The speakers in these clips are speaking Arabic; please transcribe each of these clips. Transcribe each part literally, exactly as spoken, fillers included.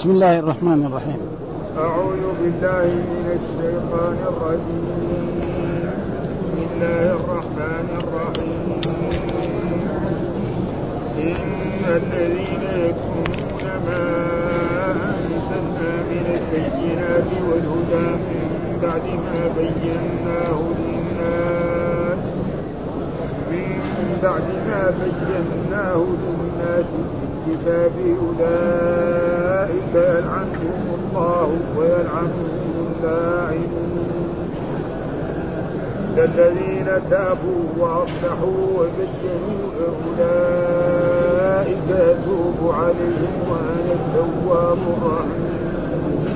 بسم الله الرحمن الرحيم. أعوذ بالله من الشيطان الرجيم. بسم الله الرحمن الرحيم. إن الذين يكتمون ما أنزلنا من البينات والهدى من بعد ما بيناه للناس من بعد ما بيناه للناس في الكتاب أولئك يلعنهم الله ويلعنهم اللاعنون. الذين تابوا وأصلحوا وبشروا أولئك يتوب عليهم وأنا التواب الرحيم.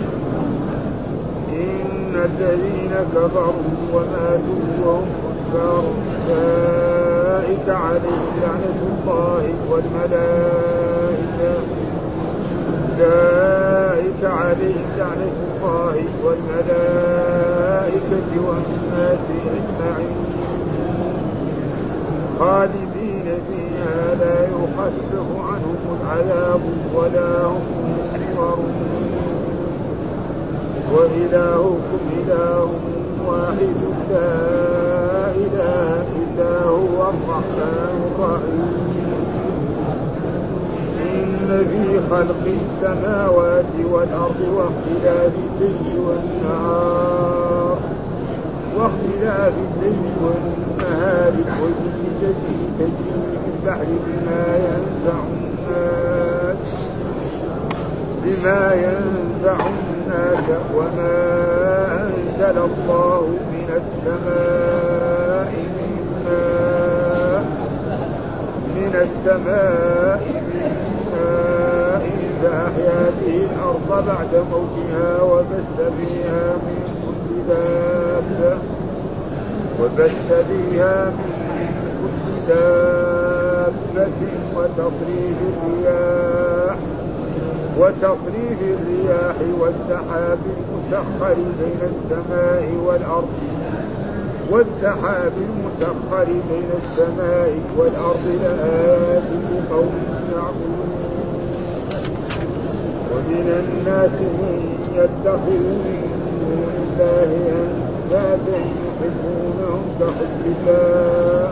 إن الذين كفروا وماتوا وهم كفار أولئك عليهم لعنة الله والملائكة أولئك عليهم لعنة الله والملائكة والناس أجمعين خالدين فيها لا يخفف عنهم العذاب ولا هم ينصرون. وإلهكم إله واحد لا إله إلا هو الرحمن الرحيم. إن في خلق السماوات والأرض واختلاف الليل والنهار واختلاف الليل والنهار والفلك التي تجري في البحر بما ينفع الناس بما ينفع الناس وما أنزل الله من السماء من ماء من السماء فأحيا به الأرض بعد موتها وبث فيها من كل دابة وبث فيها من كل دابة وتصريف الرياح وتصريف الرياح والسحاب المسخر بين السماء والأرض والسحاب المسخر بين السماء والأرض لآيات لقوم يعقلون. ومن الناس من يتخذ من دون الله أندادا يحبونهم كحب الله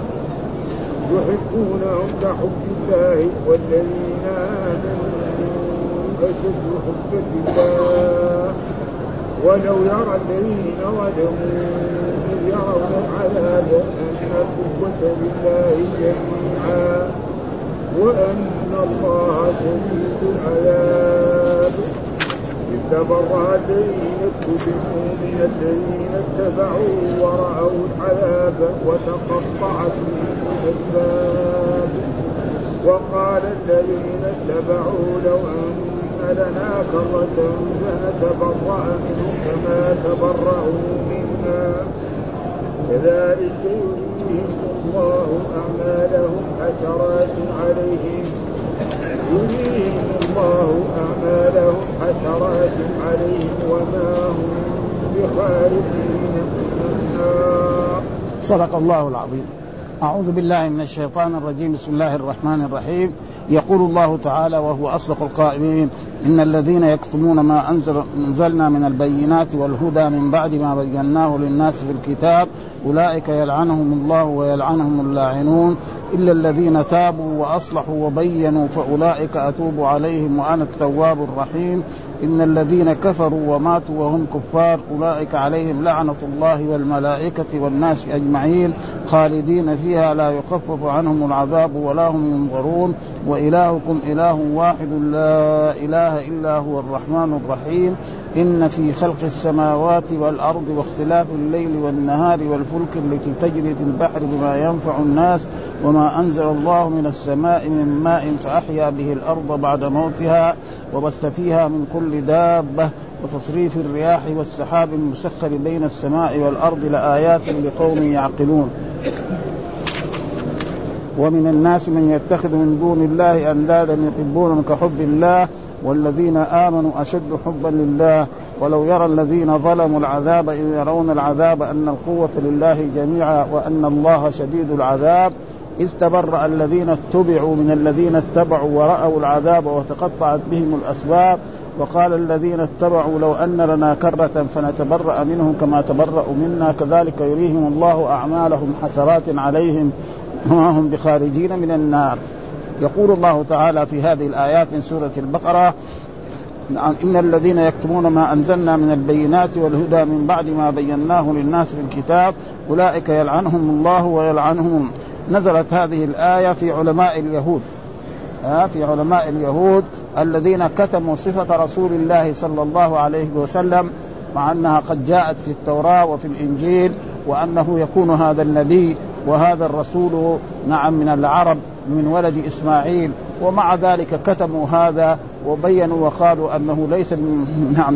يحبونهم كحب الله والذين آمنوا أشد حبا لله ولو يرى الذين ظلموا إذ يرون العذاب أن القوة لله جميعا وأن الله شديد العذاب. إذ تبرأ الذين اتبعوا من الذين اتبعوا ورأوا العذاب وتقطعت بهم الأسباب. وقال الذين اتبعوا لو أن لنا كرة فنتبرأ منهم كما تبرأوا منا كذلك يريهم الله أعمالهم حسرات عليهم يريهم الله أعمالهم حسرات عليهم وما هم بخارجين من النار. صدق الله العظيم. أعوذ بالله من الشيطان الرجيم. بسم الله الرحمن الرحيم. يقول الله تعالى وهو أصدق القائلين: إن الذين يكتمون ما أنزل أنزلنا من البينات والهدى من بعد ما بيناه للناس في الكتاب أولئك يلعنهم الله ويلعنهم اللاعنون إلا الذين تابوا وأصلحوا وبينوا فأولئك أتوب عليهم وأنا التواب الرحيم. إن الذين كفروا وماتوا وهم كفار أولئك عليهم لعنة الله والملائكة والناس أجمعين خالدين فيها لا يخفف عنهم العذاب ولا هم ينظرون. وإلهكم إله واحد لا إله إلا هو الرحمن الرحيم. إن في خلق السماوات والأرض واختلاف الليل والنهار والفلك التي تجري في البحر بما ينفع الناس وما أنزل الله من السماء من ماء فأحيا به الأرض بعد موتها وبث فيها من كل دابة وتصريف الرياح والسحاب المسخر بين السماء والأرض لآيات لقوم يعقلون. ومن الناس من يتخذ من دون الله أندادا يحبونهم كحب الله والذين آمنوا أشد حبا لله ولو يرى الذين ظلموا العذاب إذ يرون العذاب أن القوة لله جميعا وأن الله شديد العذاب إذ تبرأ الذين اتبعوا من الذين اتبعوا ورأوا العذاب وتقطعت بهم الأسباب وقال الذين اتبعوا لو أن لنا كرة فنتبرأ منهم كما تبرأوا منا كذلك يريهم الله أعمالهم حسرات عليهم وما هم بخارجين من النار. يقول الله تعالى في هذه الآيات من سورة البقرة: إن الذين يكتمون ما أنزلنا من البينات والهدى من بعد ما بيناه للناس في الكتاب أولئك يلعنهم الله ويلعنهم. نزلت هذه الآية في علماء اليهود في علماء اليهود الذين كتموا صفة رسول الله صلى الله عليه وسلم، مع أنها قد جاءت في التوراة وفي الإنجيل، وأنه يكون هذا النبي وهذا الرسول نعم من العرب من ولد إسماعيل، ومع ذلك كتموا هذا وبينوا وقالوا أنه ليس من, نعم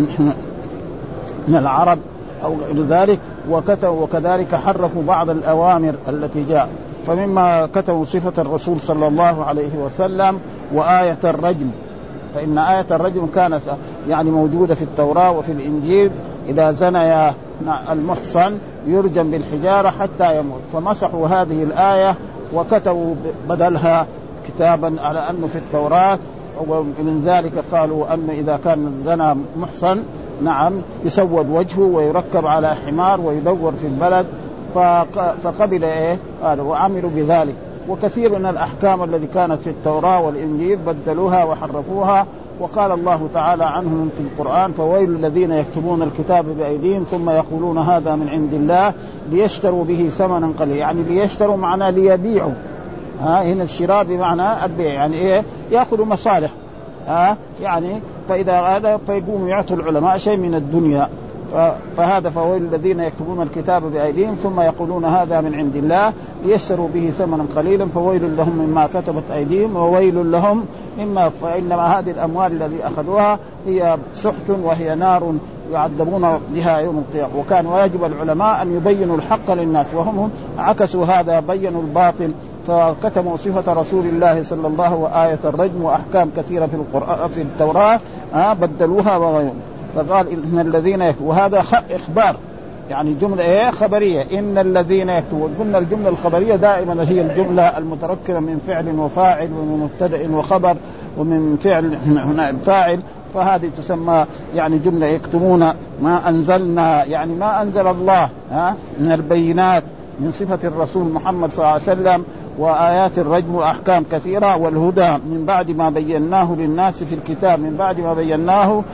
من العرب أو غير ذلك، وكذلك حرفوا بعض الأوامر التي جاء. فمما كتبوا صفة الرسول صلى الله عليه وسلم وآية الرجم، فإن آية الرجم كانت يعني موجودة في التوراة وفي الإنجيل: إذا زنى المحصن يرجم بالحجارة حتى يموت. فمسحوا هذه الآية وكتبوا بدلها كتابا على أنه في التوراة، ومن ذلك قالوا أن إذا كان الزنا محصن نعم يسود وجهه ويركب على حمار ويدور في البلد، فقبل إيه هذا وعملوا بذلك. وكثير من الأحكام التي كانت في التوراة والإنجيل بدلوها وحرفوها. وقال الله تعالى عنهم في القرآن: فويل الذين يكتبون الكتاب بأيديهم ثم يقولون هذا من عند الله ليشتروا به ثمنا قليلا. يعني ليشتروا معناه ليبيعوا، ها هنا الشراء بمعنى البيع، يعني إيه يأخذوا مصالح، ها يعني فإذا هذا فيقوموا يعطوا العلماء شيء من الدنيا. فهذا فويل الذين يكتبون الكتاب بأيديهم ثم يقولون هذا من عند الله ليشتروا به ثمنا قليلا فويل لهم مما كتبت أيديهم وويل لهم مما فإنما هذه الأموال الذي أخذوها هي سحت وهي نار يعذبون بها يوم القيامة. وكان واجب العلماء أن يبينوا الحق للناس، وهم عكسوا هذا، بينوا الباطل، فكتموا صفة رسول الله صلى الله عليه وسلم وآية الرجم وأحكام كثيرة في القرآن في التوراة بدلوها وغيرهم. فقال إن الذين يكتبون، وهذا إخبار يعني جملة إيه خبرية، إن الذين يكتبون. قلنا الجملة الخبرية دائما هي الجملة المتركبة من فعل وفاعل ومن مبتدأ وخبر ومن فعل هنا فاعل، فهذه تسمى يعني جملة يكتمون ما أنزلنا، يعني ما أنزل الله ها من البينات من صفة الرسول محمد صلى الله عليه وسلم وآيات الرجم وأحكام كثيرة، والهدى من بعد ما بيناه للناس في الكتاب، من بعد ما بيناه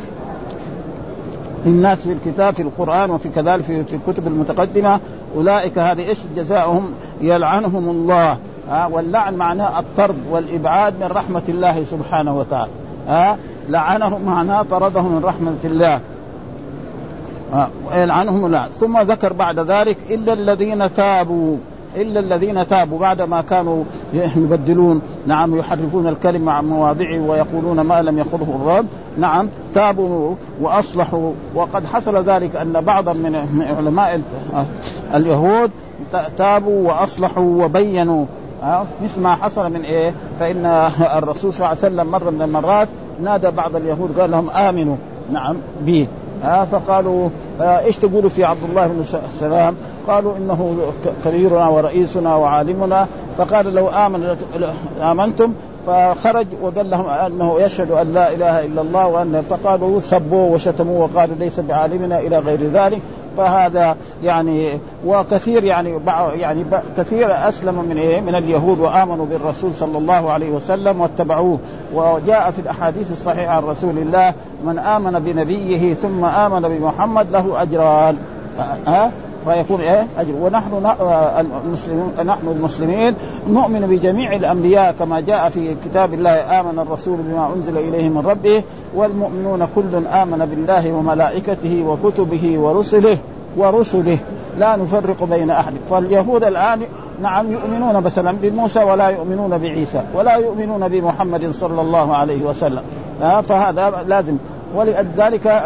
للناس في الكتاب في القرآن وفي كذلك في, في الكتب المتقدمة. أولئك هذه إيش جزاؤهم؟ يلعنهم الله. ها واللعن معناه الطرد والإبعاد من رحمة الله سبحانه وتعالى. ها لعنهم معناه طردهم من رحمة الله. يلعنهم الله. ثم ذكر بعد ذلك إلا الذين تابوا، إلا الذين تابوا بعد ما كانوا يبدلون نعم يحرفون الكلمة عن مواضعه ويقولون ما لم يقله الرب، نعم تابوا وأصلحوا. وقد حصل ذلك أن بعضا من علماء اليهود تابوا وأصلحوا وبينوا، مثل ما حصل من إيه. فإن الرسول صلى الله عليه وسلم مرة من المرات نادى بعض اليهود قال لهم آمنوا نعم به، فقالوا إيش تقولوا في عبد الله بن سلام؟ قالوا إنه كبيرنا ورئيسنا وعالمنا. فقال لو آمن آمنتم، فخرج وقال لهم أنه يشهد أن لا إله إلا الله وأن، فقالوا سبوا وشتموا وقالوا ليس بعالمنا إلى غير ذلك. فهذا يعني وكثير يعني يعني كثير أسلم من إيه من اليهود وآمنوا بالرسول صلى الله عليه وسلم واتبعوه. وجاء في الأحاديث الصحيحة عن رسول الله: من آمن بنبيه ثم آمن بمحمد له أجران، ها فيكون إيه أجر. ونحن المسلمين نحن المسلمين نؤمن بجميع الأنبياء كما جاء في كتاب الله: آمن الرسول بما أنزل إليه من ربه والمؤمنون كل آمن بالله وملائكته وكتبه ورسله ورسله لا نفرق بين أحد. فاليهود الآن نعم يؤمنون مثلا بموسى ولا يؤمنون بعيسى ولا يؤمنون بمحمد صلى الله عليه وسلم، فهذا لازم. ولذلك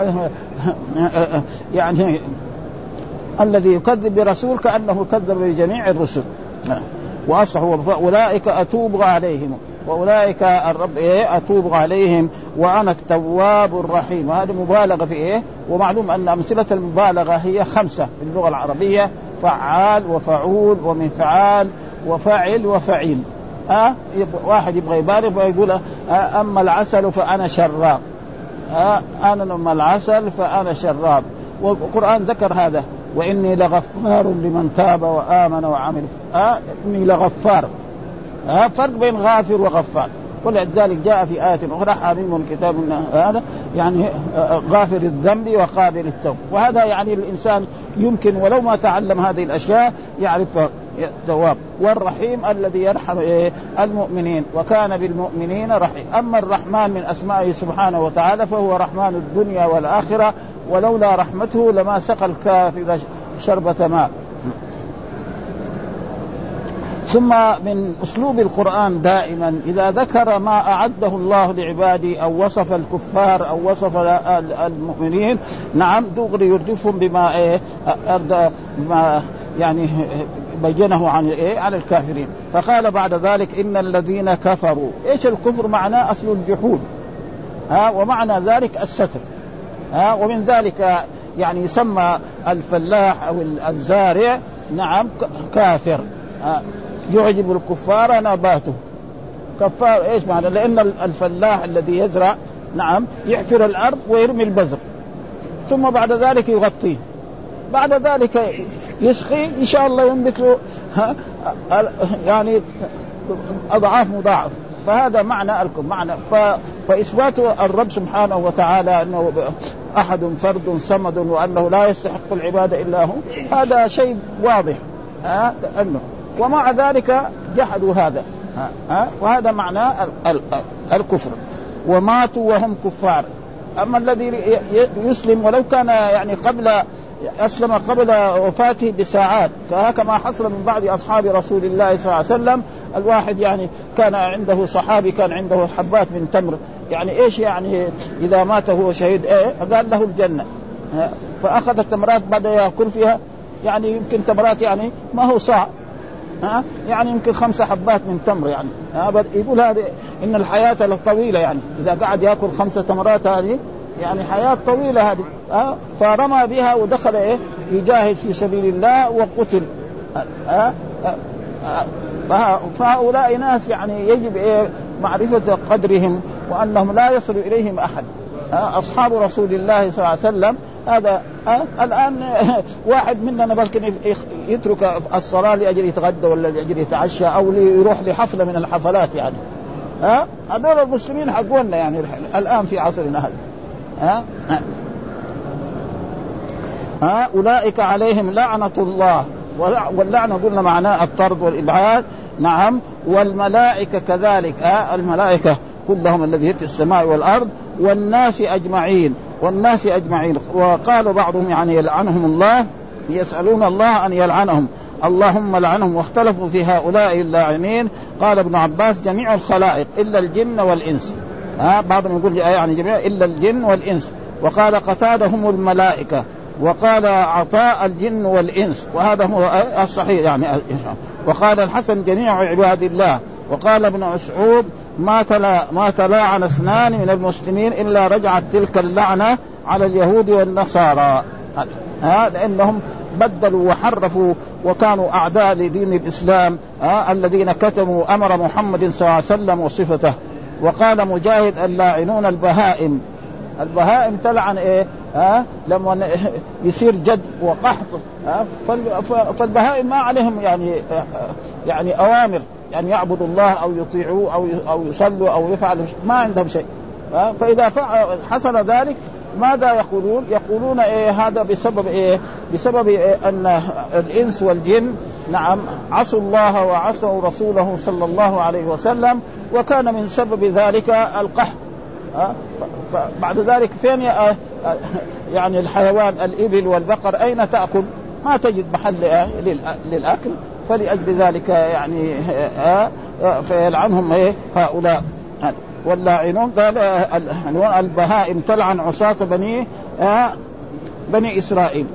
يعني الذي يكذب برسول كأنه كذب بجميع الرسل. وأصحوا أولئك أتوب عليهم، وأولئك الرب إيه أتوب عليهم وأنا التواب الرحيم. هذه مبالغة في إيه. ومعلوم أن أمثلة المبالغة هي خمسة في اللغة العربية: فعال وفعول ومفعال وفعل وفعيل. أه؟ واحد يبغى يبالغ ويقول أه أما العسل فأنا شراب، آه أنا لما العسل فأنا شراب. والقرآن ذكر هذا وإني لغفار لمن تاب وآمن وعمل آه إني لغفار. آه فرق بين غافر وغفار. ولذلك جاء في آية أخرى حاميم الكتاب هذا يعني غافر الذنب وقابل التوب. وهذا يعني الإنسان يمكن ولو ما تعلم هذه الأشياء يعرف الثواب. والرحيم الذي يرحم المؤمنين وكان بالمؤمنين رحيم. أما الرحمن من أسمائه سبحانه وتعالى فهو رحمن الدنيا والآخرة ولولا رحمته لما سقى الكافر شربة ماء. ثم من أسلوب القرآن دائما إذا ذكر ما أعده الله لعباده أو وصف الكفار أو وصف المؤمنين نعم دغري يردفهم بما إيه أرد ما يعني بينه عن إيه عن الكافرين. فقال بعد ذلك إن الذين كفروا. إيش الكفر؟ معناه أصل الجحود ها ومعنى ذلك الستر ها. ومن ذلك يعني يسمى الفلاح أو الزارع نعم كافر ها. يعجب الكفار نباته. كفار ايش معنى؟ لان الفلاح الذي يزرع نعم يحفر الارض ويرمي البذر ثم بعد ذلك يغطيه بعد ذلك يسقي ان شاء الله ينبت له يعني اضعاف مضاعف. فهذا معنى الكفر معنى فاثبات الرب سبحانه وتعالى انه احد فرد صمد وانه لا يستحق العباده الا هو هذا شيء واضح ها انه ومع ذلك جحدوا هذا ها ها وهذا معناه الكفر وماتوا وهم كفار. أما الذي يسلم ولو كان يعني قبل أسلم قبل وفاته بساعات كما حصل من بعض أصحاب رسول الله صلى الله عليه وسلم. الواحد يعني كان عنده صحابي كان عنده حبات من تمر يعني إيش يعني إذا مات هو شهيد إيه قال له الجنة فأخذ التمرات بدأ يأكل فيها يعني يمكن تمرات يعني ما هو صاع ها يعني يمكن خمسة حبات من تمر يعني يقول هذه إن الحياة طويلة يعني إذا قاعد يأكل خمسة تمرات هذه يعني حياة طويلة هذه ها فرمى بها ودخل إيه يجاهد في سبيل الله وقتل ها فهؤلاء ناس يعني يجب إيه معرفة قدرهم وأنهم لا يصل إليهم أحد. أصحاب رسول الله صلى الله عليه وسلم هذا أه؟ الآن واحد مننا بلكن يترك الصلاة لأجل يتغدى ولا لأجل يتعشى أو يروح لحفلة من الحفلات يعني ها هذول المسلمين حقونا يعني الآن في عصرنا هذا ها ها أولئك عليهم لعنة الله. واللعنة قلنا معناه الطرد والإبعاد نعم. والملائكة كذلك ها الملائكة كلهم الذين في السماء والأرض والناس أجمعين والناس أجمعين. وقالوا بعضهم يعني يلعنهم الله يسألون الله أن يلعنهم اللهم لعنهم. واختلفوا في هؤلاء اللاعنين. قال ابن عباس جميع الخلائق إلا الجن والإنس ها بعضهم يقول يعني جميع إلا الجن والإنس. وقال قتادة هم الملائكة. وقال عطاء الجن والإنس وهذا هو الصحيح يعني. وقال الحسن جميع عباد الله. وقال ابن مسعود ما تلا ما تلاعن اثنان من المسلمين إلا رجعت تلك اللعنة على اليهود والنصارى ها لأنهم بدلوا وحرفوا وكانوا أعداء لدين الإسلام ها الذين كتموا أمر محمد صلى الله عليه وسلم وصفته. وقال مجاهد اللاعنون البهائم. البهائم تلعن إيه ها لما يصير جد وقحط ها فالبهائم ما عليهم يعني يعني أوامر يعني يعبدوا الله أو يطيعوا أو أو يصلوا أو يفعلوا ما عندهم شيء. فإذا حصل ذلك ماذا يقولون؟ يقولون إيه هذا بسبب إيه؟ بسبب إيه أن الإنس والجن نعم عصوا الله وعصوا رسوله صلى الله عليه وسلم وكان من سبب ذلك القحط. بعد ذلك فين يعني الحيوان الإبل والبقر أين تأكل؟ ما تجد محل للأكل. فلأجل ذلك يعني فيلعنهم هؤلاء. واللاعنون قال البهائم تلعن عصاة بني بني إسرائيل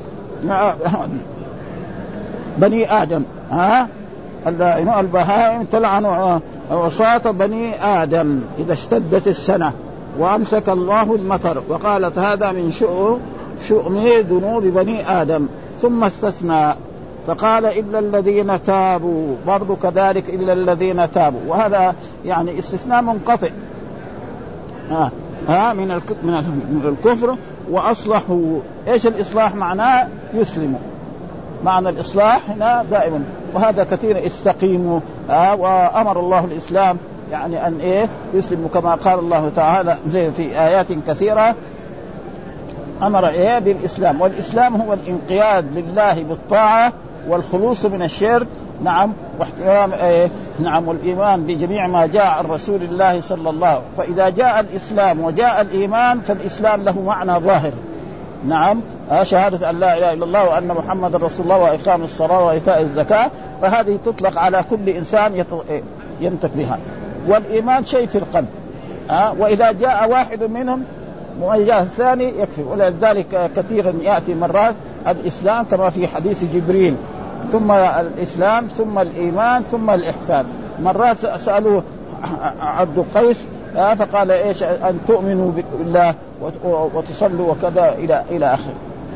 بني آدم ها اللاعنون البهائم تلعن عصاة بني آدم إذا اشتدت السنة وأمسك الله المطر. وقالت هذا من شؤم شؤم ذنوب بني آدم ثم استثنى فقال إلا الذين تابوا برضو كذلك إلا الذين تابوا. وهذا يعني استثناء منقطع آه. ها من من الكفر وأصلحوا. إيش الإصلاح معناه؟ يسلموا. معنى الإصلاح هنا دائما، وهذا كثير استقيموا. ها وأمر الله الإسلام يعني أن إيه يسلموا كما قال الله تعالى في آيات كثيرة أمر إيه بالإسلام. والإسلام هو الانقياد لله بالطاعة والخلوص من الشرك، نعم، واحترام إيه نعم والإيمان بجميع ما جاء عن رسول الله صلى الله عليه وسلم. فإذا جاء الإسلام وجاء الإيمان فالإسلام له معنى ظاهر، نعم، شهادة أن لا إله إلا الله وأن محمد رسول الله وإقام الصلاة وإيتاء الزكاة، فهذه تطلق على كل إنسان ينطق بها. والإيمان شيء في القلب، أه؟ وإذا جاء واحد منهم وجاء الثاني يكفي. ولذلك كثيرا يأتي مرات الإسلام كما في حديث جبريل، ثم الإسلام ثم الإيمان ثم الإحسان. مرات سألوه عبد القيس أه؟ فقال إيش؟ أن تؤمنوا بالله وتصلوا وكذا إلى إلى آخره.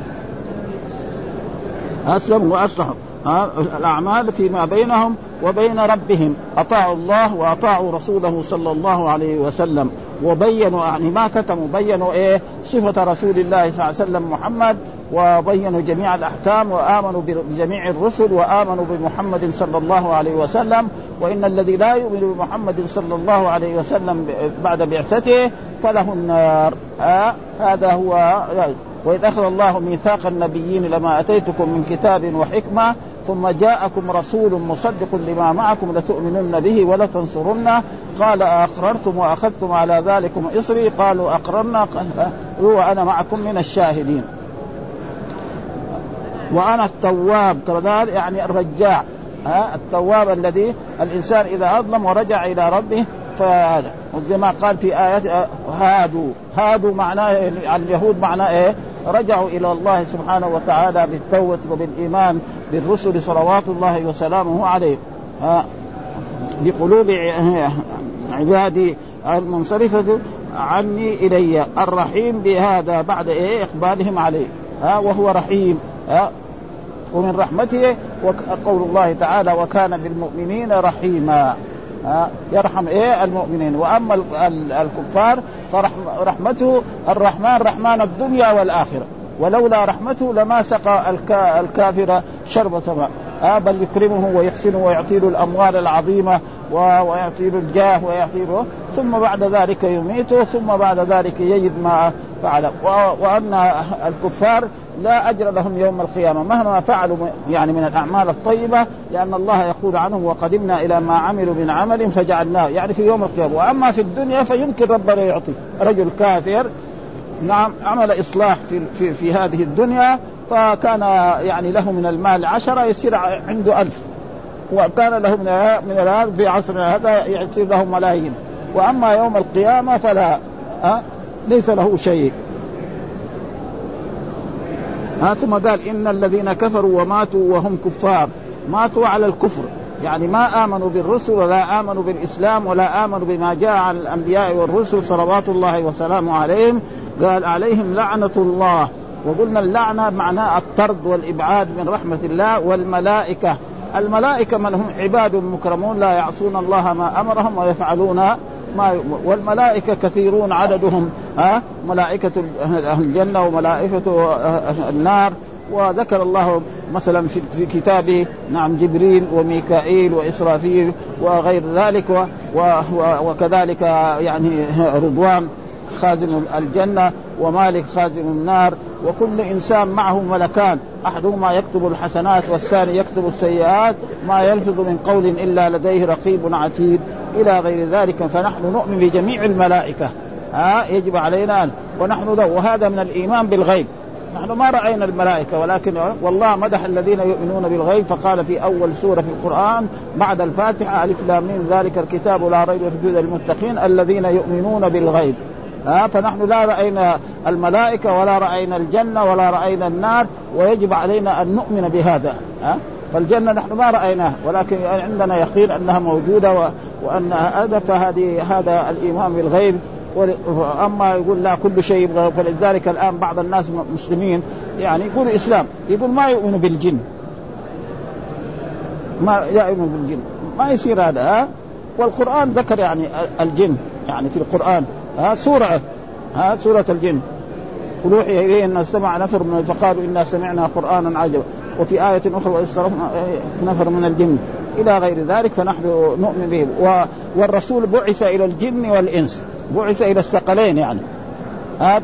أسلموا وأصلحوا الأعمال فيما بينهم وبين ربهم، أطاعوا الله وأطاعوا رسوله صلى الله عليه وسلم، وبينوا يعني ما كتموا، بينوا إيه صفة رسول الله صلى الله عليه وسلم محمد، وبينوا جميع الأحكام، وآمنوا بجميع الرسل، وآمنوا بمحمد صلى الله عليه وسلم. وإن الذي لا يؤمن بمحمد صلى الله عليه وسلم بعد بعثته فله النار. آه هذا هو. وإذ أخذ الله ميثاق النبيين لما أتيتكم من كتاب وحكمة ثم جاءكم رسول مصدق لما معكم لتؤمنن به ولتنصرنه قال أقررتم وأخذتم على ذلكم إصري قالوا أقررنا وأنا معكم من الشاهدين. وأنا التواب كذلك يعني الرجاع، ها التواب الذي الإنسان إذا أظلم ورجع إلى ربه فهذا. وزي ما قال في آيات هادوا، هادوا معناه اليهود معناه إيه؟ رجعوا إلى الله سبحانه وتعالى بالتوبة وبالإيمان بالرسل صلوات الله وسلامه عليه. بقلوب عبادي المنصرفة عني إلي الرحيم بهذا بعد إيه إقبالهم عليه، ها وهو رحيم. ها ومن رحمته وقول الله تعالى وكان بالمؤمنين رحيما، ها يرحم إيه المؤمنين. وأما الكفار فرحمته الرحمن رحمن الدنيا والآخرة، ولولا رحمته لما سقى الكافر شربة ماء، آه بل يكرمه ويحسنه ويعطيه الأموال العظيمة ويعطيه الجاه ويعطيه، ثم بعد ذلك يميته، ثم بعد ذلك يجد ما فعل. وأن الكفار لا أجر لهم يوم القيامة مهما فعلوا يعني من الأعمال الطيبة، لأن الله يقول عنهم وقدمنا إلى ما عملوا من عمل فجعلناه يعني في يوم القيامة. وأما في الدنيا فيمكن ربنا يعطي رجل كافر نعم عمل إصلاح في, في, في هذه الدنيا، فكان يعني له من المال عشرة يصير عنده ألف، وكان له من الألف في عصرنا هذا يصير له ملايين. وأما يوم القيامة فلا أه؟ ليس له شيء. ها ثم قال إن الذين كفروا وماتوا وهم كفار، ماتوا على الكفر يعني ما آمنوا بالرسل ولا آمنوا بالإسلام ولا آمنوا بما جاء عن الأنبياء والرسل صلوات الله وسلامه عليهم. قال عليهم لعنة الله. وقلنا اللعنة معناه الطرد والإبعاد من رحمة الله. والملائكة، الملائكة من هم عباد مكرمون لا يعصون الله ما أمرهم ويفعلون ما يؤمر. والملائكة كثيرون عددهم، ها ملائكة الجنة وملائكة النار. وذكر الله مثلا في كتابه نعم جبريل وميكائيل وإسرافيل وغير ذلك، وكذلك يعني رضوان خازن الجنة ومالك خازن النار. وكل إنسان معه ملكان، أحدهما يكتب الحسنات والثاني يكتب السيئات، ما يلفظ من قول إلا لديه رقيب عتيد إلى غير ذلك. فنحن نؤمن بجميع الملائكة، ها يجب علينا ونحن ذو. وهذا من الإيمان بالغيب. نحن ما رأينا الملائكة، ولكن والله مدح الذين يؤمنون بالغيب فقال في أول سورة في القرآن بعد الفاتحة ألف لام ميم ذلك الكتاب لا ريب فيه هدى للمتقين الذين يؤمنون بالغيب. ها فنحن لا رأينا الملائكة ولا رأينا الجنة ولا رأينا النار، ويجب علينا أن نؤمن بهذا. ها فالجنة نحن ما رأيناها ولكن عندنا يقين أنها موجودة وأنها هذا، فهذه هذا الإيمان بالغيب. أما يقول لا كل شيء يبغى، فلذلك الآن بعض الناس مسلمين يعني يقولوا إسلام يقول ما يؤمنوا بالجن، ما يؤمنوا بالجن ما يصير هذا. ها والقرآن ذكر يعني الجن يعني في القرآن ها سورة ها سورة الجن قل أوحي إليه أن استمع نفر من فقالوا إنا سمعنا قرآنا عجبا، وفي آية أخرى واسترفنا نفر من الجن إلى غير ذلك، فنحن نؤمن به. والرسول بعث إلى الجن والإنس، بعث إلى الثقلين يعني. ها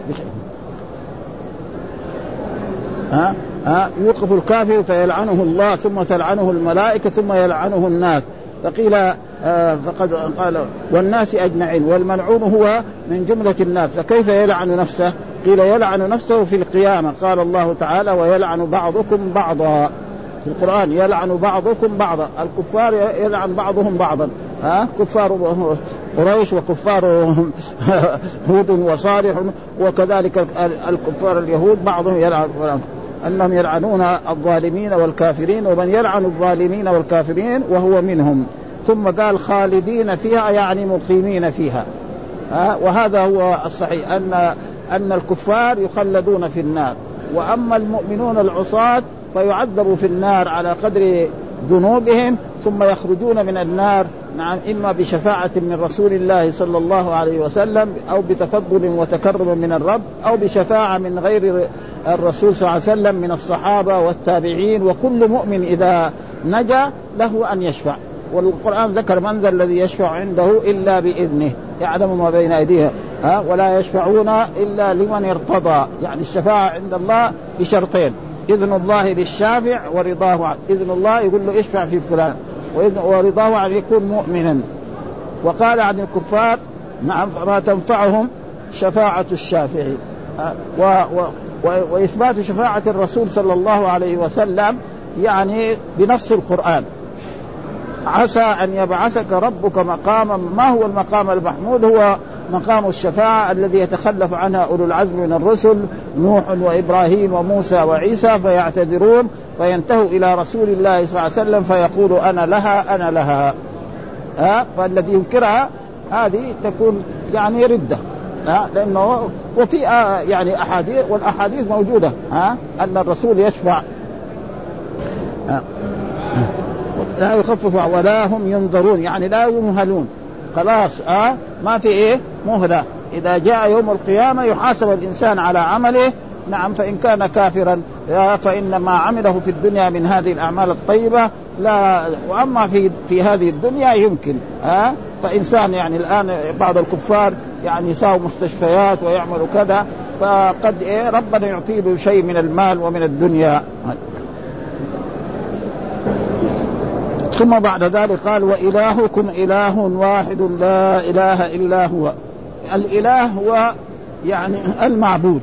ها ها يوقف الكافر فيلعنه الله ثم تلعنه الملائكة ثم يلعنه الناس، فقيل آه فقد قال والناس أجمعين، والملعون هو من جملة الناس، فكيف يلعن نفسه؟ قيل يلعن نفسه في القيامة. قال الله تعالى ويلعن بعضكم بعضا في القرآن، يلعن بعضكم بعضا، الكفار يلعن بعضهم بعضا، ها كفار قريش وكفار هود وصالح، وكذلك الكفار اليهود بعضهم يلعن أنهم يلعنون الظالمين والكافرين، ومن يلعن الظالمين والكافرين وهو منهم. ثم قال خالدين فيها يعني مقيمين فيها، ها وهذا هو الصحيح أن أن الكفار يخلدون في النار، وأما المؤمنون العصاة فيعذبوا في النار على قدر ذنوبهم ثم يخرجون من النار، نعم إما بشفاعة من رسول الله صلى الله عليه وسلم أو بتفضل وتكرم من الرب أو بشفاعة من غير الرسول صلى الله عليه وسلم من الصحابة والتابعين، وكل مؤمن إذا نجا له أن يشفع. والقرآن ذكر من ذا الذي يشفع عنده إلا بإذنه يعلم ما بين أيديها ها ولا يشفعون إلا لمن ارتضى، يعني الشفاعة عند الله بشرطين: إذن الله للشافع ورضاه عنه. إذن الله يقول له اشفع في فلان، ورضاه عنه يكون مؤمنا. وقال عن الكفار نعم فما تنفعهم شفاعة الشافعي. و و وإثبات شفاعة الرسول صلى الله عليه وسلم يعني بنص القرآن: عسى أن يبعثك ربك مقاما. ما هو المقام المحمود؟ هو مقام الشفاعة الذي يتخلف عنها أولو العزم من الرسل نوح وإبراهيم وموسى وعيسى، فيعتذرون فينتهوا إلى رسول الله صلى الله عليه وسلم فيقول أنا لها أنا لها. ها فالذي ينكرها هذه تكون يعني ردة، ها لأنه وفي آه يعني أحاديث، والأحاديث موجودة ها أن الرسول يشفع ها لا يخفف ولا هم ينظرون، يعني لا يمهلون خلاص. آه ما في إيه مهلة. إذا جاء يوم القيامة يحاسب الإنسان على عمله، نعم فإن كان كافرا فإن ما عمله في الدنيا من هذه الأعمال الطيبة لا، وأما في في هذه الدنيا يمكن آه فإنسان يعني الآن بعض الكفار يعني يساووا مستشفيات ويعملوا كذا، فقد إيه ربنا يعطيه شيء من المال ومن الدنيا. ثم بعد ذلك قال وإلهكم إله واحد لا إله إلا هو. الإله هو يعني المعبود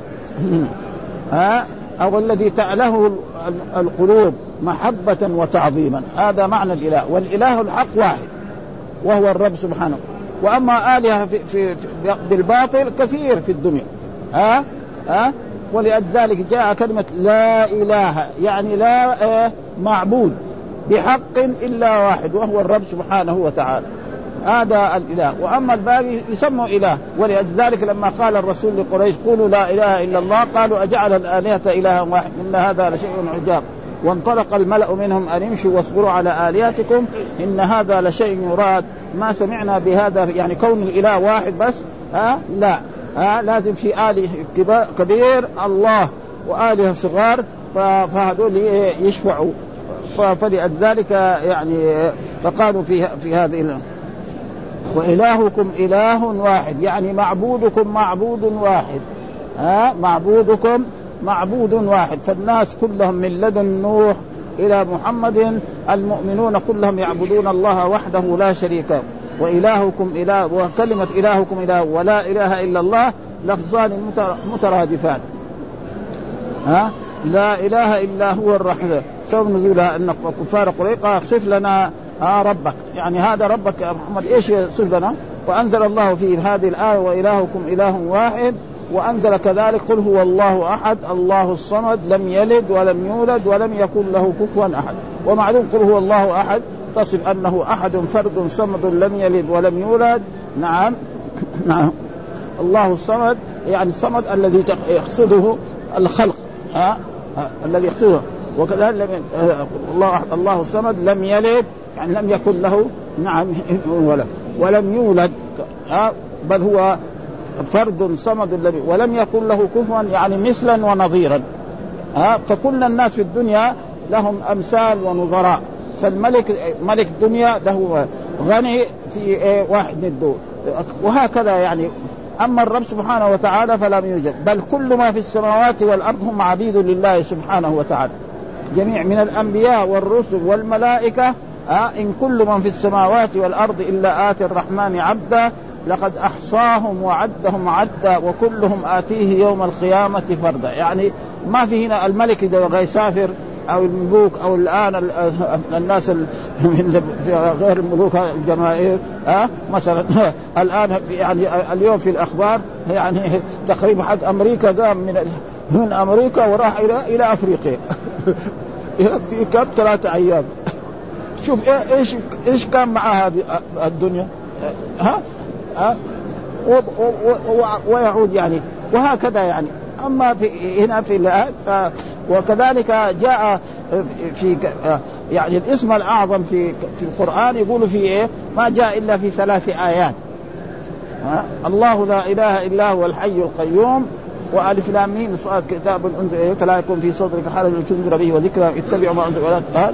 ها أو الذي تأله القلوب محبة وتعظيما، هذا معنى الإله. والإله الحق واحد وهو الرب سبحانه. وأما آلهة في في بالباطل كثير في الدنيا ها ها ولذلك جاء كلمة لا إله يعني لا معبود بحق إلا واحد وهو الرب سبحانه وتعالى، هذا الإله. وأما الباقي يسموا إله. ولذلك لما قال الرسول لقريش قولوا لا إله إلا الله قالوا أجعل الآلهة إلها واحد إن هذا لشيء عجاب. وانطلق الملأ منهم أن امشوا واصبروا على آلهتكم إن هذا لشيء يراد ما سمعنا بهذا، يعني كون الإله واحد بس ها لا ها لازم في آله كبير الله وآله صغار، فهذول يشفعوا. فلذلك يعني فقالوا في في هذه الأمر وإلهكم إله واحد يعني معبودكم معبود واحد ها معبودكم معبود واحد. فالناس كلهم من لدن نوح إلى محمد المؤمنون كلهم يعبدون الله وحده لا شريك له. وإلهكم إله وكلمة إلهكم إله ولا إله إلا الله لفظان مترادفان ها لا إله إلا هو الرحمن. سبب نزولها أن كفار قريش قال اصف لنا آه ربك، يعني هذا ربك يا محمد إيش يصف لنا؟ فأنزل الله في هذه الآية وإلهكم إله واحد، وأنزل كذلك قل هو الله أحد الله الصمد لم يلد ولم يولد ولم يكن له كفوا أحد. ومعلوم قل هو الله أحد تصف أنه أحد فرد صمد لم يلد ولم يولد. نعم نعم الله الصمد يعني الصمد الذي يقصده الخلق ها الذي يقصده. وكذلك الله الله الصمد لم يلد يعني لم يكن له نعم ولد ولم يولد بل هو فرد صمد الذي ولم يكن له كفوا يعني مثلا ونظيرا. ها فكل الناس في الدنيا لهم أمثال ونظراء، فالملك ملك الدنيا له غني في واحد ندو، وهكذا يعني. أما الرب سبحانه وتعالى فلم يوجد، بل كل ما في السماوات والأرض هم عبيد لله سبحانه وتعالى جميع من الأنبياء والرسل والملائكة. آه إن كل من في السماوات والأرض إلا آتي الرحمن عبدا لقد أحصاهم وعدهم عدا وكلهم آتيه يوم القيامة فردا. يعني ما في هنا الملك إذا يسافر أو الملوك أو الآن الناس غير الملوك الجماهير آه مثلا الآن يعني اليوم في الأخبار يعني تقريبا حق أمريكا قام من من أمريكا وراح إلى إلى أفريقيا في كم ثلاثة أيام. شوف إيش إيش كان مع هذه الدنيا ها ها ويعود يعني وهكذا يعني. أما في هنا في الآيات وكذلك جاء في يعني الاسم الأعظم في في القرآن يقول في إيه ما جاء إلا في ثلاث آيات. الله لا إله إلا هو الحي القيوم وألف لام ميم سؤال كتاب أنزل إليك لا يكون في صدرك حرج تنذر به وذكرى اتبعوا ما أنزل ولا تقال.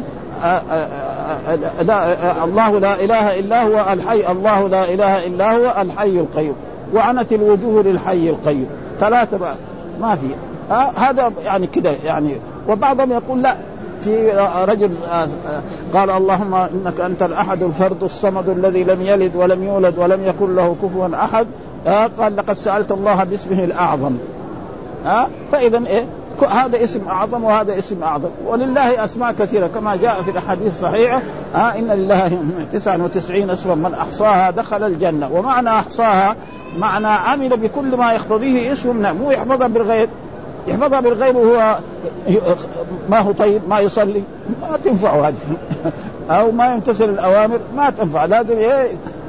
الله لا إله إلا هو الحي الله لا إله إلا هو الحي القيوم وعنت الوجوه للحي القيوم. ثلاثة بقى ما في آه هذا يعني كده يعني. وبعضهم يقول لا في رجل آه قال اللهم إنك أنت الأحد الفرد الصمد الذي لم يلد ولم يولد ولم يكن له كفوا أحد. آه قال لقد سألت الله باسمه الأعظم. آه فإذا إيه هذا اسم أعظم وهذا اسم أعظم ولله أسماء كثيرة كما جاء في الحديث الصحيح آه إن لله تسعة وتسعين اسما من أحصاها دخل الجنة. ومعنى أحصاها معنى عمل بكل ما يقتضيه اسم مو يحفظها بالغيب. يحفظها بالغيب وهو ما هو طيب ما يصلي ما تنفع هذه أو ما يمتثل الأوامر ما تنفع. لازم إيه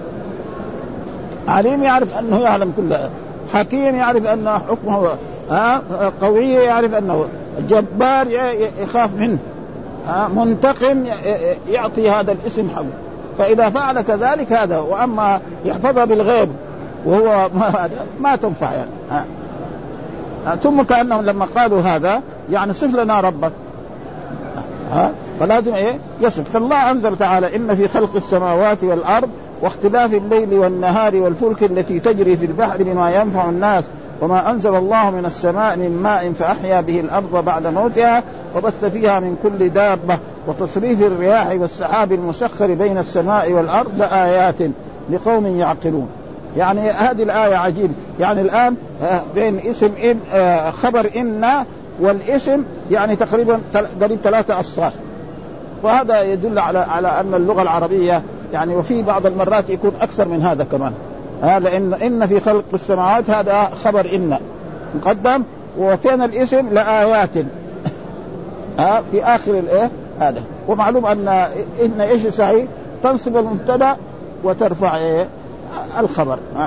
عليم يعرف أنه يعلم كل حكيم يعرف أن حكمه ها قوي يعرف أنه جبار يخاف منه ها منتقم يعطي هذا الاسم حقه. فإذا فعل كذلك هذا. وأما يحفظها بالغيب وهو ما, ما تنفع يعني. ها. ثم كأنهم لما قالوا هذا يعني صف لنا ربك ها فلازم ايه يصف. فالله أنزل تعالى إن في خلق السماوات والأرض واختلاف الليل والنهار والفلك التي تجري في البحر بما ينفع الناس وما أنزل الله من السماء من ماء فأحيا به الأرض بعد موتها وبث فيها من كل دابة وتصريف الرياح والسحاب المسخر بين السماء والأرض لآيات لقوم يعقلون. يعني هذه الآية عجيب. يعني الآن بين اسم إن خبر إن والاسم يعني تقريبا قريب ثلاثة أصفار. وهذا يدل على على أن اللغة العربية يعني وفي بعض المرات يكون أكثر من هذا كمان. هذا إن إن في خلق السماوات هذا خبر إن مقدم وكان الاسم لآيات ها في آخر الإيه هذا. ومعلوم أن إن إيش صحيح تنصب المبتدأ وترفع إيه الخبر ها.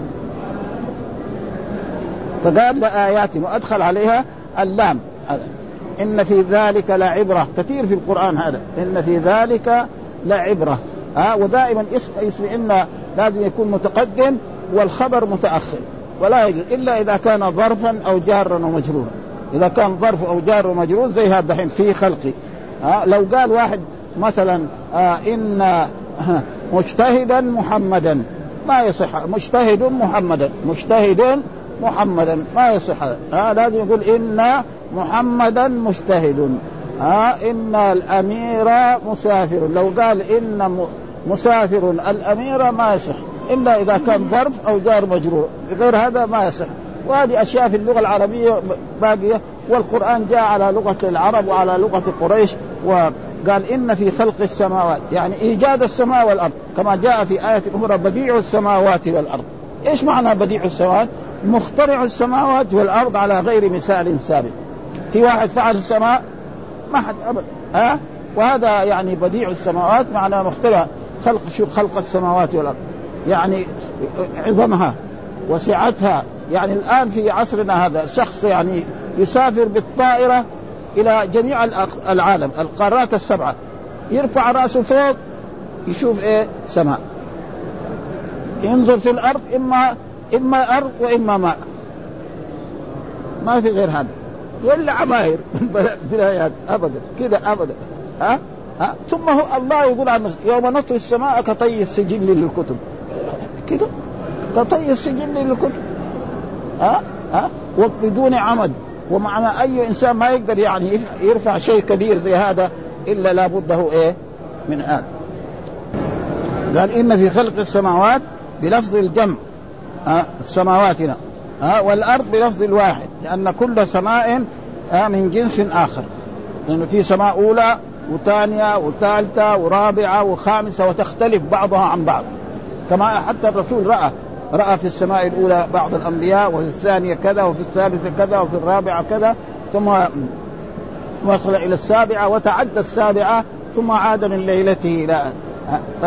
فقال لآيات وأدخل عليها اللام. إن في ذلك لعبرة كثير في القرآن هذا إن في ذلك لعبرة ها. ودائما اسم اسم إن لازم يكون متقدم والخبر متأخر ولا يجوز إلا إذا كان ظرفا أو جارا ومجرورا. إذا كان ظرف أو جار ومجرور زي هذا الحين في خلقي ها. لو قال واحد مثلا آه إن مجتهدا محمدا ما يصح. مجتهد محمدا مجتهد محمدا ما يصح. ها لازم يقول إن محمدا مجتهد ها. إن الأمير مسافر لو قال إن مسافر الأمير ما يصح إلا إذا كان ظرف أو جار مجرور غير هذا ما يصح. وهذه أشياء في اللغة العربية باقية. والقرآن جاء على لغة العرب وعلى لغة قريش وقال إن في خلق السماوات يعني إيجاد السماء والأرض كما جاء في آية أخرى بديع السماوات والأرض. إيش معنى بديع السماوات؟ مخترع السماوات والأرض على غير مثال سابق. في واحد فعل السماء ما حد أبدا ها. وهذا يعني بديع السماوات معنى مخترع خلق شو خلق السماوات والأرض يعني عظمها وسعتها. يعني الآن في عصرنا هذا شخص يعني يسافر بالطائرة إلى جميع العالم القارات السبعة يرفع رأسه فوق يشوف إيه سماء ينظر في الأرض إما إما أرض وإما ماء، ما في غير هذا، ولا عماير بلايات أبدا كذا أبدا. ها ها ثم هو الله يقول عنه يوم نطوي السماء كطي السجل للكتب، كده كطي السجل للكتب. ها ها وبدون عمد، ومعنى أي إنسان ما يقدر يعني يرفع شيء كبير زي هذا إلا لابده إيه من هذا. قال إن في خلق السماوات بلفظ الجمع، ها السماوات هنا، ها والأرض بلفظ الواحد، لأن كل سماء ها من جنس آخر، لأنه في سماء أولى وثانية وثالثة ورابعة وخامسة وتختلف بعضها عن بعض. كما حتى الرسول رأى رأى في السماء الأولى بعض الأنبياء، وفي الثانية كذا، وفي الثالثة كذا، وفي الرابعة كذا، ثم وصل إلى السابعة وتعدى السابعة ثم عاد من ليلته إلى ف...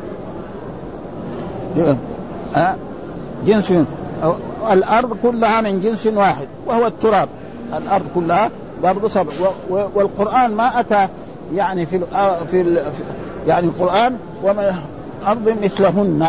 جنس. الأرض كلها من جنس واحد وهو التراب، الأرض كلها برضو سبع. والقرآن ما أتى يعني في في يعني القرآن ومن أرض مثلهن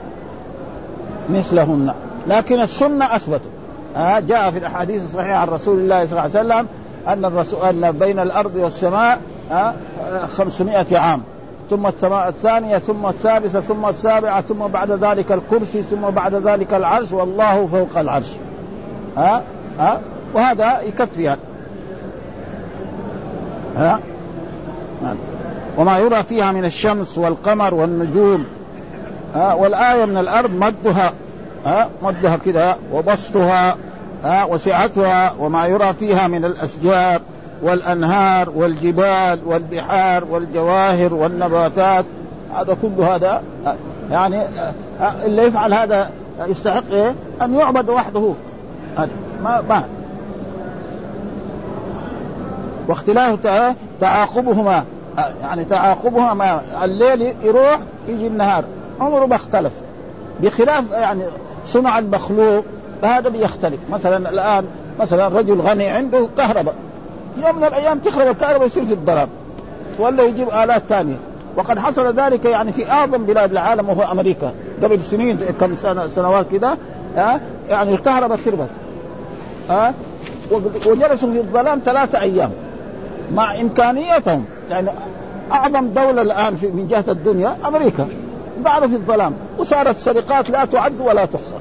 مثلهن، لكن السنة أثبت. آه جاء في الأحاديث الصحيحة عن رسول الله صلى الله عليه وسلم أن الرسول أن بين الأرض والسماء آه خمسمائة عام، ثم السماء الثانية، ثم الثالثة، ثم السابعة، ثم بعد ذلك الكرسي، ثم بعد ذلك العرش، والله فوق العرش. ها آه آه وهذا يكفي يعني. ها آه وما يرى فيها من الشمس والقمر والنجوم. ها والآية من الأرض مدها، ها مدها كذا، وبسطها، ها وسعتها، وما يرى فيها من الأشجار والأنهار والجبال والبحار والجواهر والنباتات. هذا كل هذا يعني اللي يفعل هذا يستحق إيه؟ أن يعبد وحده. هذا ما ما واختلاف تعاقبهما، يعني تعاقبهما ما الليل يروح يجي النهار عمره ما اختلف، بخلاف يعني صنع المخلوق هذا بيختلف. مثلا الآن مثلا رجل غني عنده كهرباء، يوم من الأيام تخرب الكهرباء يصير في الظلام، ولا يجيب آلات ثانية. وقد حصل ذلك يعني في أعظم بلاد العالم وهو أمريكا قبل سنين كم سنة سنوات كده، ها يعني الكهرباء خربت، ها وجلسوا في الظلام ثلاثة أيام مع إمكانياتهم. يعني أعظم دولة الآن في من جهة الدنيا أمريكا قاعدة في الظلام، وصارت سرقات لا تعد ولا تحصى.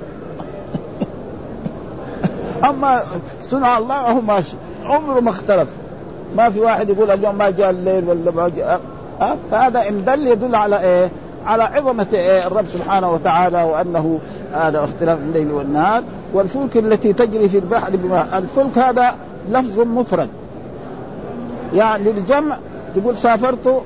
أما صنع الله هو ماشي عمره ما اختلف، ما في واحد يقول اليوم ما جاء الليل ولا ما جاء. أه؟ فهذا إن دل يدل على إيه؟ على عظمة إيه؟ الرب سبحانه وتعالى، وأنه هذا اختلاف الليل والنهار. والفلك التي تجري في البحر بما الفلك هذا لفظ مفرد، يعني للجمع تقول سافرت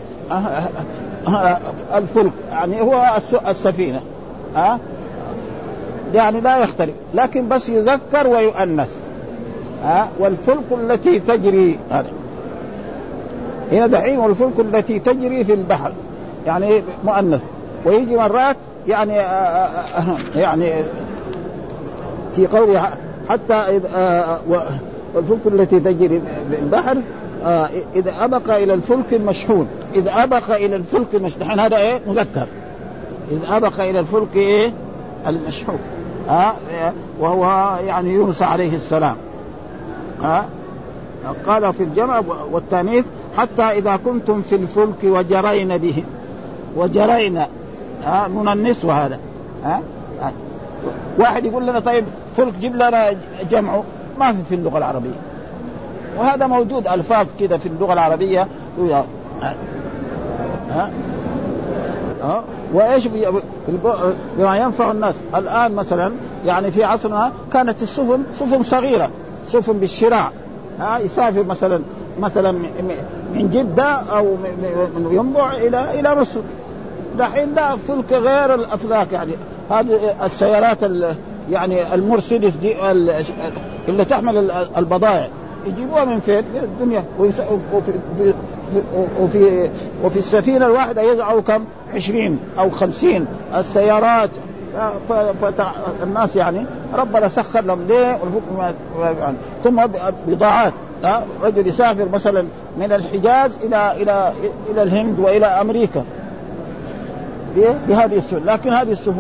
الفلك، يعني هو السفينة، ها يعني لا يختلف، لكن بس يذكر ويؤنث. ها والفلك التي تجري هذا هنا دحين، والفلك التي تجري في البحر يعني مؤنث، ويجي مرات يعني يعني في قوله حتى والفلك التي تجري في البحر إذا أبق إلى الفلك المشحون، إذا أبق إلى الفلك المشحون هذا إيه مذكر، إذا أبق إلى الفلك إيه المشحون، ها وهو يعني يونس عليه السلام. ها قال في الجمع والتانيث حتى إذا كنتم في الفلك وجرين به، وجرينا ها من النسوة هذا. ها واحد يقول لنا طيب فلك جيب لنا جمعه، ما في في اللغة العربية، وهذا موجود ألفاظ كده في اللغة العربية. ها ها ها وإيش بما ينفع الناس. الآن مثلا يعني في عصرنا كانت السفن سفن صغيرة، سفن بالشراع، ها يسافر مثلا مثلا من جدة أو من ينبع إلى إلى مصر. دحين لا فلك غير الأفلاك، يعني هذه السيارات يعني المرسيدس دي اللي تحمل البضائع يجيبوها من فين؟ من الدنيا. وفي وفي وفي السفينة الواحدة يضعوا كم؟ عشرين أو خمسين السيارات. فالناس يعني ربنا سخر لهم ليه. ثم بضاعات، رجل يسافر مثلا من الحجاز إلى إلى إلى الهند وإلى أمريكا بهذه السفن، لكن هذه السفن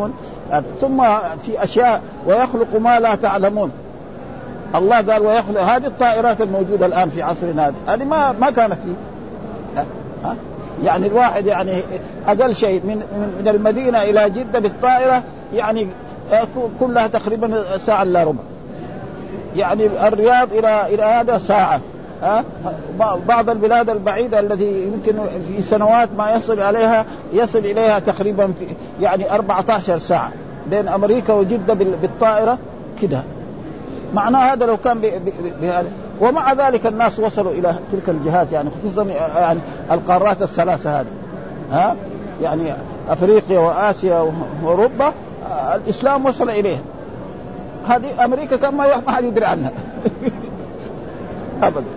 ثم في أشياء ويخلق ما لا تعلمون. الله قال ويخلق هذه الطائرات الموجودة الآن في عصرنا هذه هذه ما ما كانت فيه. يعني الواحد يعني أقل شيء من من المدينة إلى جدة بالطائرة يعني كلها تقريبا ساعة إلا ربع. يعني الرياض إلى إلى هذا ساعة. ها بعض البلاد البعيدة التي يمكن في سنوات ما يصل عليها يصل إليها تقريبا في يعني أربعة عشر ساعة بين أمريكا وجدة بالطائرة كده. معناه هذا لو كان بهذا. ومع ذلك الناس وصلوا إلى تلك الجهات يعني خصوصا يعني القارات الثلاثة هذه. ها يعني أفريقيا وآسيا وأوروبا الإسلام وصل إليها. هذه أمريكا كان ما حد يدري عنها أبدا.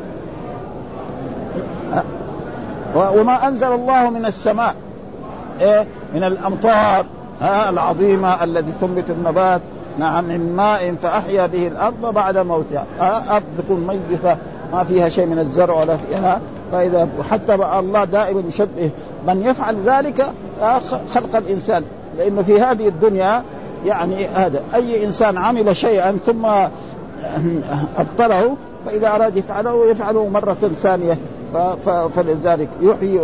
وما أنزل الله من السماء إيه من الأمطار ها العظيمة التي تنبت النبات نعم من ماء فأحيا به الأرض بعد موتها. أرض تكون ميتة ما فيها شيء من الزرع ولا فيها. فإذا حتى الله دائما يشبه من يفعل ذلك خلق الإنسان لأنه في هذه الدنيا يعني هذا أي إنسان عمل شيئا ثم أبطله فإذا أراد يفعله يفعله مرة ثانية فلذلك يحيي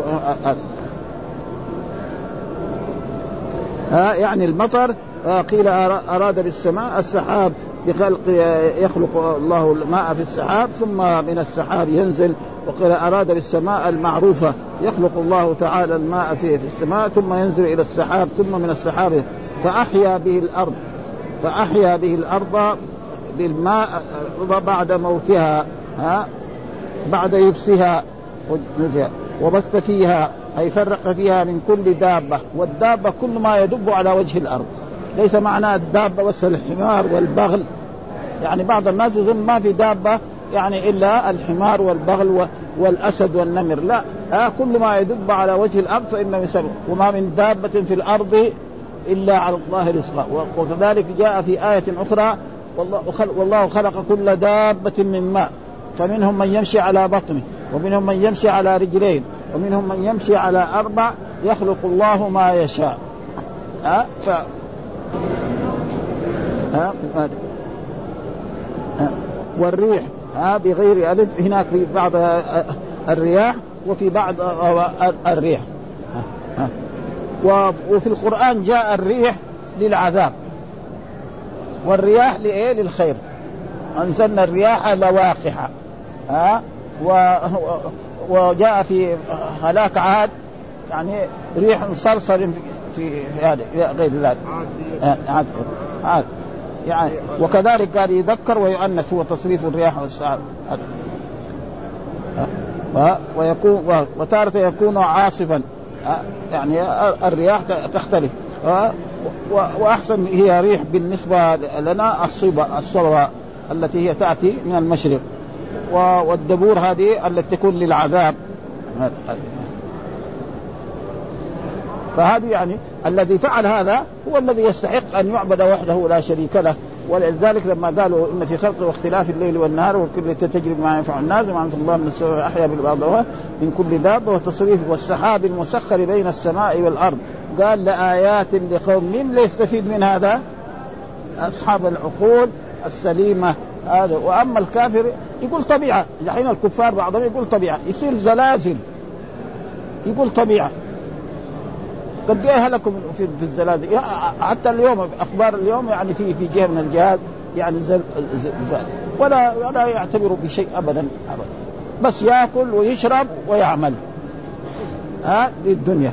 ها يعني المطر. قيل أراد بالسماء السحاب بخلق يخلق الله الماء في السحاب ثم من السحاب ينزل. وقيل أراد بالسماء المعروفة يخلق الله تعالى الماء في السماء ثم ينزل إلى السحاب ثم من السحاب فأحيا به الأرض فأحيا به الأرض بالماء بعد موتها ها بعد يبسها وبث فيها أي فرق فيها من كل دابة. والدابة كل ما يدب على وجه الأرض ليس معناه الدابة بس الحمار والبغل. يعني بعض الناس يظن ما في دابة يعني إلا الحمار والبغل والأسد والنمر. لا ها كل ما يدب على وجه الأرض فإنه يسبب. وما من دابة في الأرض إلا على الله رزقها. وكذلك جاء في آية أخرى والله خلق كل دابة من ماء فمنهم من يمشي على بطنه ومنهم من يمشي على رجلين ومنهم من يمشي على أربع يخلق الله ما يشاء. ها ف ها والريح ها بغير ألف هناك في بعض الرياح وفي بعض الريح. ها وفي القرآن جاء الريح للعذاب والرياح لإيه للخير. أنزلنا الرياح لواقحة. ها وجاء في هلاك عاد يعني ريح صرصر في هذا غير ذلك عاد عاد يعني. وكذلك قال يذكر ويؤنث هو تصريف الرياح والسحاب. ويكون وتارة يكون عاصفا يعني الرياح تختلف. وأحسن هي ريح بالنسبة لنا الصبا الصبا التي هي تأتي من المشرق. والدبور هذه التي تكون للعذاب. فهذه يعني الذي فعل هذا هو الذي يستحق أن يعبد وحده لا شريك له. ولذلك لما قالوا إن في خلق واختلاف الليل والنهار والكل تجري ما ينفع الناس وما أنزل الله من السماء أحيا بالأرض من كل دابة وتصريف والسحاب المسخر بين السماء والأرض. قال لآيات لقوم من يستفيد من هذا أصحاب العقول السليمة هذا. وأما الكافر يقول طبيعة. الحين الكفار بعضهم يقول طبيعة يصير زلازل يقول طبيعة. قد جاء لكم في الزلازل حتى اليوم أخبار اليوم يعني في في جهة من الجهات يعني زل زل ولا ولا يعتبروا بشيء أبدا أبدا بس يأكل ويشرب ويعمل ها للدنيا.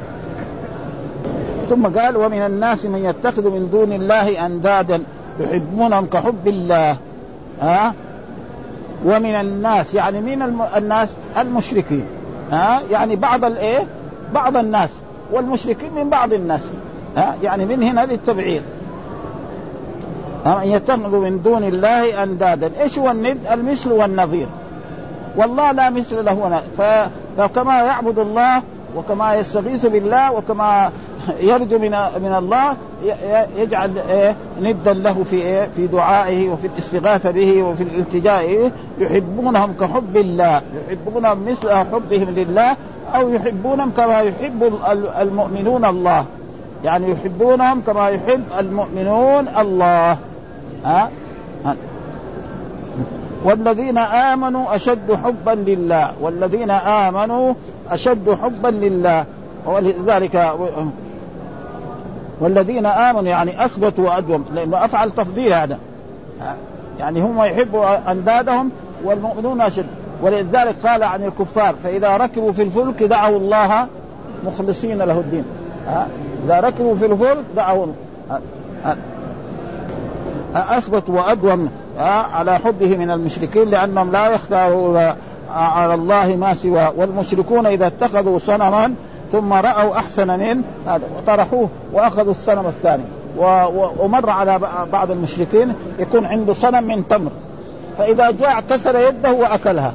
ثم قال ومن الناس من يتخذ من دون الله أندادا يحبونهم كحب الله. ها ومن الناس يعني من الناس المشركين. ها يعني بعض الايه بعض الناس والمشركين من بعض الناس. ها يعني من هنا للتبعيض. يتخذ من دون الله أندادا. ايش هو الند؟ المثل والنظير. والله لا مثل له. فكما يعبد الله وكما يستغيث بالله وكما يرجو من من الله يجعل ندا له في في دعائه وفي الاستغاثة به وفي الالتجاء. يحبونهم كحب الله يحبونهم مثل حبهم لله أو يحبونهم كما يحب المؤمنون الله. يعني يحبونهم كما يحب المؤمنون الله. ها؟ ها. والذين آمنوا أشد حبا لله، والذين آمنوا أشد حبا لله. ولذلك والذين آمنوا يعني أثبتوا وأدوم، لأنه أفعل تفضيل هذا، يعني هم يحبوا أندادهم والمؤمنون أشد. ولذلك قال عن الكفار فإذا ركبوا في الفلك دعوا الله مخلصين له الدين. إذا ركبوا في الفلك دعوا أثبتوا وأدوم على حبه من المشركين، لأنهم لا يختارون على الله ما سوى. والمشركون إذا اتخذوا صنما ثم رأوا أحسن منه هذا وطرحوه وأخذوا الصنم الثاني. ومر على بعض المشركين يكون عنده صنم من تمر، فإذا جاء كسر يده وأكلها.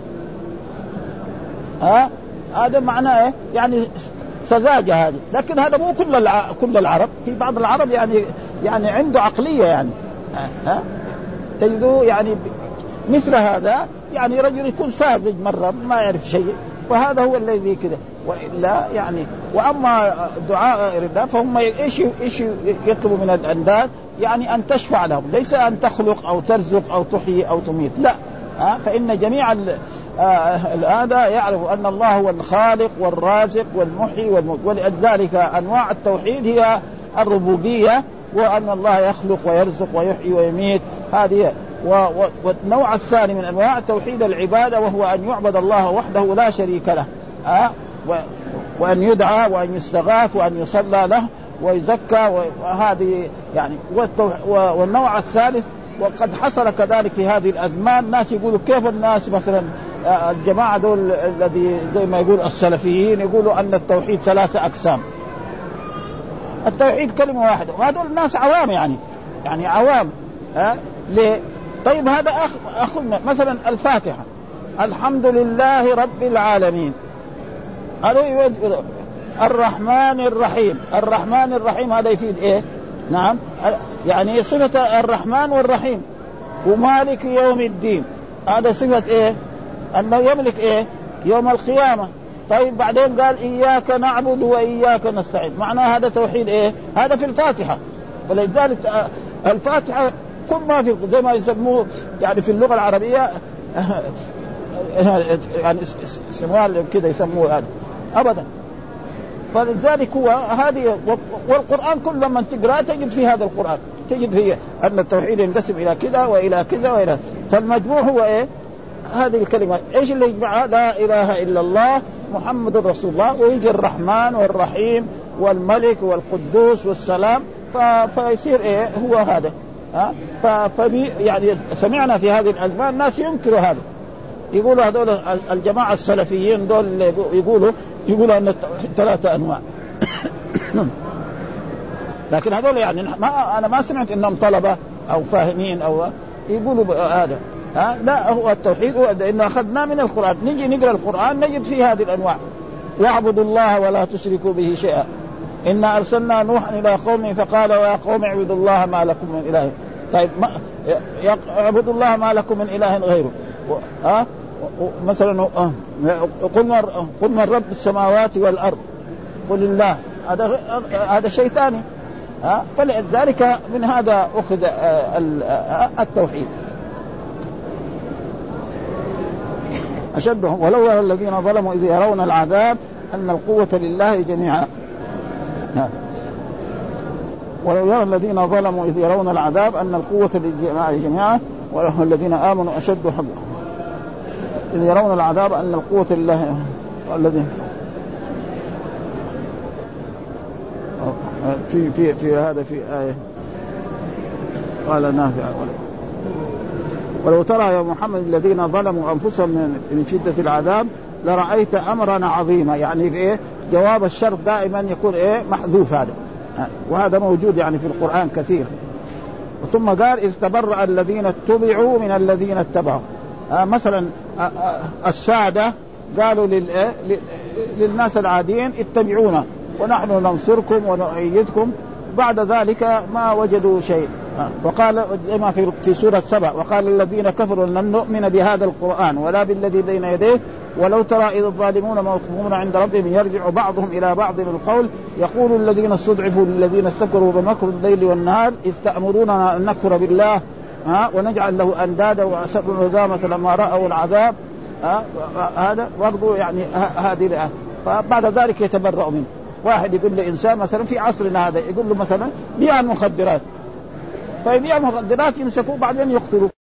ها هذا معناه إيه؟ يعني سذاجة هذه. لكن هذا مو كل الع... كل العرب، في بعض العرب يعني يعني عنده عقلية يعني. ها تجدوا يعني مثل هذا، يعني رجل يكون ساذج مرة ما يعرف شيء، وهذا هو الذي كذا. وإلا يعني وأما دعاء الله فهم إيش إيش يطلبوا من الأنداد؟ يعني أن تشفع لهم، ليس أن تخلق أو ترزق أو تحيي أو تميت، لا. ها فإن جميع هذا يعرف أن الله هو الخالق والرازق والمحيي والموت. ولذلك أنواع التوحيد هي الربوبية، وأن الله يخلق ويرزق ويحيي ويميت، هذه. والنوع الثاني من أنواع توحيد العبادة وهو أن يعبد الله وحده لا شريك له، أه؟ وأن يدعى وأن يستغاث وأن يصلى له ويزكى، وهذه يعني. والنوع الثالث وقد حصل كذلك في هذه الأزمان، ناس يقولوا كيف الناس مثلا الجماعة دول الذي زي ما يقول السلفيين يقولوا أن التوحيد ثلاثة أقسام، التوحيد كلمة واحدة، وهذول الناس عوام يعني يعني عوام. ها أه؟ ليه؟ طيب هذا أخ أخذنا مثلا الفاتحة، الحمد لله رب العالمين، هذا الرحمن الرحيم. الرحمن الرحيم هذا يفيد إيه؟ نعم يعني صفة الرحمن والرحيم. ومالك يوم الدين هذا صفة إيه؟ أنه يملك إيه؟ يوم القيامة. طيب بعدين قال إياك نعبد وإياك نستعين، معناه هذا توحيد إيه؟ هذا في الفاتحة. ولذلك الفاتحة كل ما في زي ما يسموه يعني في اللغة العربية يعني سموه كده يسموه هذا أبدا. فلذلك هو هذه. والقرآن كل من تقرأ تجد في هذا القرآن تجد فيه أن التوحيد ينقسم إلى كذا وإلى كذا وإلى. فالمجموع هو إيه؟ هذه الكلمة. إيش اللي يجمعها؟ لا إله إلا الله محمد رسول الله، ويجي الرحمن والرحيم والملك والقدوس والسلام، فيصير إيه هو هذا. ها فبي يعني سمعنا في هذه الأزمان ناس ينكروا هذا، يقولوا هذول الجماعة السلفيين دول يقولوا يقولوا أن ثلاثة أنواع. لكن هذول يعني ما أنا ما سمعت إنهم طلبة أو فاهمين أو يقولوا هذا. ها لا، هو التوحيد هو إنه أخذنا من القرآن، نجي نقرأ القرآن نجد فيه هذه الأنواع. واعبدوا الله ولا تشركوا به شيئا إنا أرسلنا نوحا إلى قومه فقال يا قوم اعبدوا الله ما لكم من إله. طيب ما اعبدوا الله ما لكم من إله غيره. ها مثلا قل من قل من رب السماوات والأرض قل الله، هذا هذا شيء ثاني. ها فلذلك من هذا أخذ التوحيد. أشدهم ولو يرى الذين ظلموا إذ يرون العذاب أن القوة لله جميعا. ولو يرى الذين ظلموا إذ يرون العذاب أن القوة لله جميعا والذين آمنوا أشد حبا. إذ يرون العذاب أن القوة لله الذين في في في هذا في آية قال نافع ولو ترى يا محمد الذين ظلموا أنفسهم من شدة العذاب لرأيت أمرا عظيما. يعني في إيه؟ جواب الشرط دائما يكون إيه؟ محذوف هذا، وهذا موجود يعني في القرآن كثير. ثم قال إذ تبرأ الذين اتبعوا من الذين اتبعوا. آه مثلا آه السادة قالوا للناس العاديين اتبعونا ونحن ننصركم ونؤيدكم، بعد ذلك ما وجدوا شيء. آه وقال زي ما في في سورة سبع وقال الذين كفروا لن نؤمن بهذا القرآن ولا بالذي بين يديه ولو ترى إذ الظالمون موقوفون عند ربهم يرجع بعضهم إلى بعض القول يقول الذين استضعفوا للذين استكبروا بمكر الليل والنهار إذ تأمروننا أن نكفر بالله ها ونجعل له أندادا وأسروا الندامة لما رأوا العذاب هذا برضو يعني هذه. فبعد ذلك يتبرأ منه. واحد يقول لإنسان مثلا في عصرنا هذا يقول له مثلا بيع المخدرات، طيب بيع المخدرات يمسكوه بعدين يقتلوه.